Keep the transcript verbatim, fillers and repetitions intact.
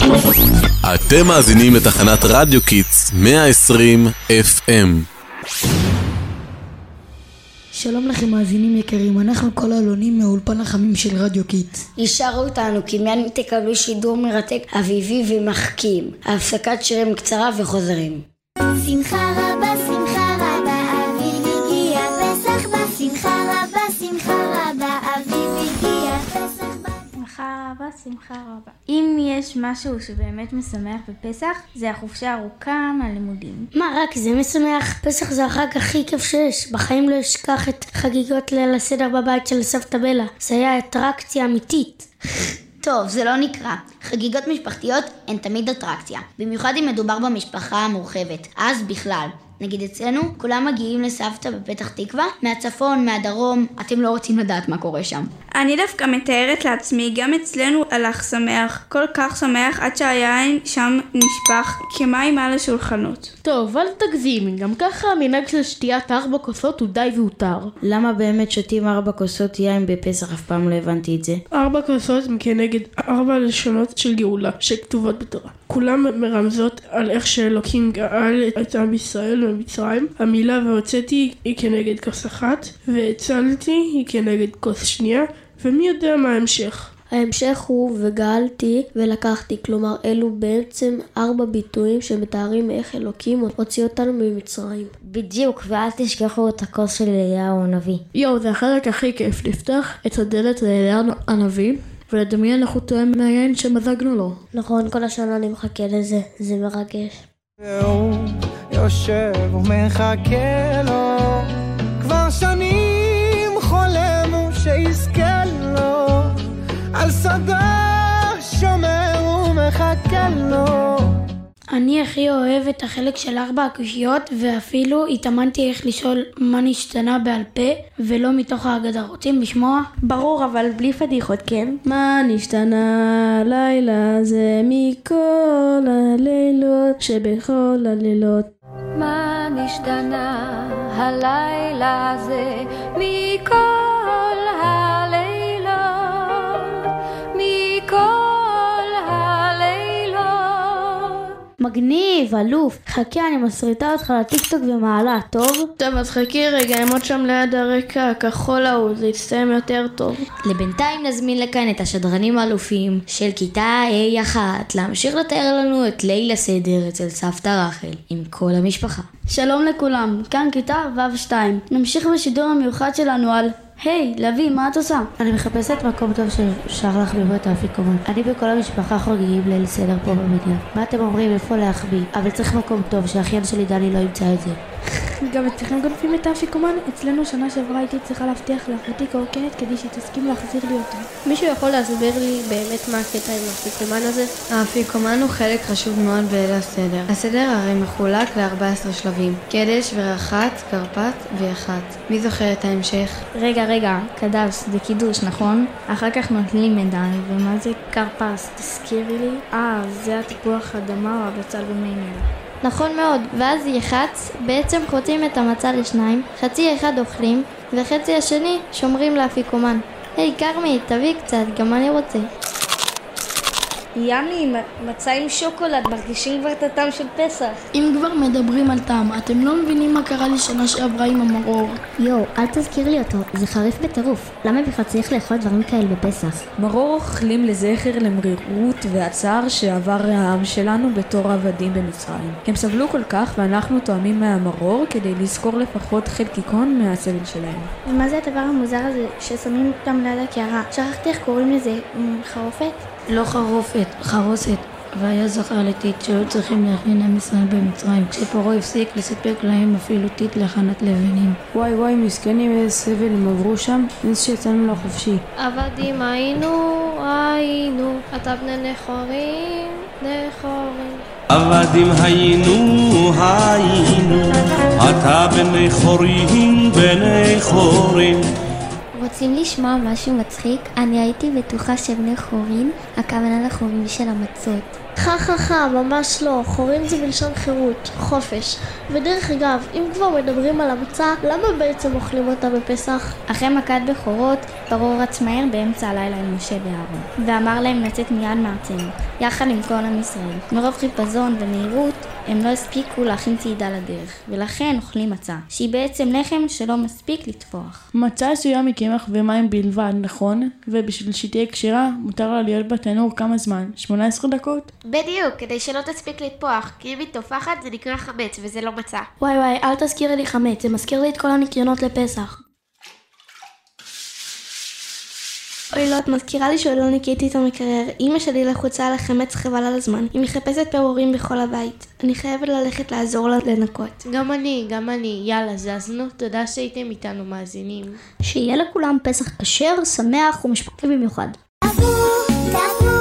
אתם מאזינים לתחנת רדיו קיטס מאה ועשרים אף אם. שלום לכם מאזינים יקרים, אנחנו כל העלונים מאולפן החמים של רדיו קיטס. יישארו אותנו כי מיד תקבלו שידור מרתק אביבי ומחכים, הפסקת שירים קצרה וחוזרים. שמחה רבה, שמחה רבה, אביב הגיע פסח בא, שמחה רבה, שמחה רבה, אביב הגיע פסח בא. שמחה רבה, שמחה רבה. אם יש משהו שבאמת משמח בפסח, זה החופשה הארוכה מהלימודים. מה, רק זה משמח? פסח זה החג הכי כיף שיש. בחיים לא אשכח את חגיגות ליל הסדר בבית של סבתא בלה. זה היה אטרקציה אמיתית. טוב, זה לא נקרא. חגיגות משפחתיות הן תמיד אטרקציה. במיוחד אם מדובר במשפחה המורחבת. אז בכלל. נגיד אצלנו, כולם מגיעים לסבתא בפתח תקווה, מהצפון, מהדרום, אתם לא רוצים לדעת מה קורה שם. אני דווקא מתארת לעצמי, גם אצלנו הלך שמח, כל כך שמח עד שהיין שם נשפך כמים על השולחנות. טוב, אל תגזים, גם ככה המנהג של שתיית ארבע כוסות הוא די והותר. למה באמת שותים ארבע כוסות יין בפסח? אף פעם לא הבנתי את זה. ארבע כוסות הם כנגד ארבע לשונות של גאולה שכתובות בתורה. כולם מרמזות על איך שאלוקים גאל את עם ישראל במצרים. המילה והוצאתי היא כנגד כוס אחת, והצלתי היא כנגד כוס שנייה, ומי יודע מה ההמשך? ההמשך הוא וגאלתי ולקחתי, כלומר אלו בעצם ארבע ביטויים שמתארים איך אלוקים הוציא אותנו ממצרים. בדיוק, ואל תשכחו את הכוס של אליהו הנביא. יו, זה החלק הכי כיף, לפתח את הדלת לאליהו הנביא ולדמיין איך הוא טועם מהיין שמזגנו לו. נכון, כל השנה אני מחכה לזה, זה מרגש. והוא יושב ומחכה לו, כבר שנים חולם הוא שיזכה לו, על שדה שומר ומחכה לו. אני הכי אוהב את החלק של ארבע הקושיות, ואפילו התאמנתי איך לשאול מה נשתנה בעל פה ולא מתוך ההגדה. רוצים לשמוע? ברור, אבל בלי פדיחות, כן? מה נשתנה לילה זה מכל הלילות שבכל הלילות. מה נשתנה הלילה זה מכל הלילות, מכל מגניב, אלוף. חכה, אני מסריטה אותך לטיקטוק ומעלה, טוב? טוב, אז חכי רגע, אמות שם ליד הרקע, הכחול ההוא, זה יסתיים יותר טוב. לבינתיים נזמין לכאן את השדרנים האלופים של כיתה A אחת, להמשיך לתאר לנו את ליל הסדר אצל סבתא רחל, עם כל המשפחה. שלום לכולם, כאן כיתה ו' שתיים. נמשיך בשידור המיוחד שלנו על היי, לוי, מה את עושה? אני מחפשת מקום טוב שאפשר להחביא בו את האפיקומן. אני וכל המשפחה חוגגים ליל סדר פה במדינה. מה אתם אומרים? איפה להחביא? אבל צריך מקום טוב שהאחיין שלי דני לא ימצא את זה. גם אצלכם גונבים את האפיקומן? אצלנו שנה שעברה הייתי צריכה להבטיח לאחותי קורקנת כדי שהיא תסכים להחזיר לי אותו. מישהו יכול להסביר לי באמת מה הקטע עם האפיקומן הזה? האפיקומן הוא חלק חשוב מאוד בליל הסדר. הסדר הרי מחולק ל-ארבעה עשר שלבים. קדש ורחת, קרפת ויחת. מי זוכר את ההמשך? רגע, רגע, קדש, זה קידוש, נכון? אחר כך נוטלים מדליה, ומה זה קרפס? תזכירי לי? אה, זה התפוח אדמה או הבצל במיינל. נכון מאוד, ואז יחץ, בעצם חוצים את המצה לשניים, חצי אחד אוכלים, וחצי השני שומרים לאפיקומן. היי קרמי, תביא קצת, גם אני רוצה. ימי, מצה עם שוקולד, מרגישים כבר את הטעם של פסח. אם כבר מדברים על טעם, אתם לא מבינים מה קרה לי שנה שעברה עם המרור. יו, אל תזכיר לי אותו, זה חריף בטירוף. למה בכלל צריך לאכול דברים כאלה בפסח? מרור אוכלים לזכר למרירות והצער שעבר העם שלנו בתור עבדים במצרים. הם סבלו כל כך ואנחנו טועמים מהמרור כדי לזכור לפחות חלקיקון מהסבל שלהם. ומה זה הדבר המוזר הזה ששמים אותם ליד הקערה? שכחתי איך קוראים לזה, חרופת? לא חרופת, חרוסת. והיה זכר לטיט שהיו צריכים להכין עם ישראל במצרים, כשפרעה הפסיק לספק להם אפילו טיט להכנת לבנים. וואי וואי, מסכנים, איזה סבל הם עברו שם, נס שיצאנו לחופשי. עבדים היינו, היינו, אתה בני נחורים, נחורים. עבדים היינו, היינו, אתה בני חורים, בני חורים. רוצים לשמוע משהו מצחיק? אני הייתי בטוחה שבני חורים, הכוונה לחורים של המצות. חה חה חה, ממש לא. חורים זה בלשון חירות, חופש. ודרך אגב, אם כבר מדברים על המצה, למה בעצם אוכלים אותה בפסח? אחרי מכת בכורות, פרעה רץ מהר באמצע הלילה עם משה ואהרון, ואמר להם לצאת מיד מארצנו, יחד עם כל עם ישראל. מרוב חיפזון ומהירות, הם לא הספיקו להכין צעידה לדרך, ולכן אוכלים מצה, שהיא בעצם לחם שלא מספיק לטפוח. מצה עשויה מקמח ומים בלבד, נכון? ובשביל שתהיה קשירה, מותר לה להיות בתנור כמה זמן? שמונה עשרה דקות? בדיוק, כדי שלא תספיק לטפוח, כי אם היא טופחת זה נקרא חמץ וזה לא מצה. וואי וואי, אל תזכירי לי חמץ, זה מזכיר לי את כל הניקיונות לפסח. אוי לא, את מזכירה לי שלא ניקיתי את המקרר. אמא שלי לחוצה על החמץ חבל על הזמן. היא מחפשת פירורים בכל הבית. אני חייבת ללכת לעזור לה לנקות. גם אני, גם אני. יאללה, זזנו. תודה שהייתם איתנו מאזינים. שיהיה לכולם פסח כשר, שמח ומשפחתי במיוחד. דברו, דברו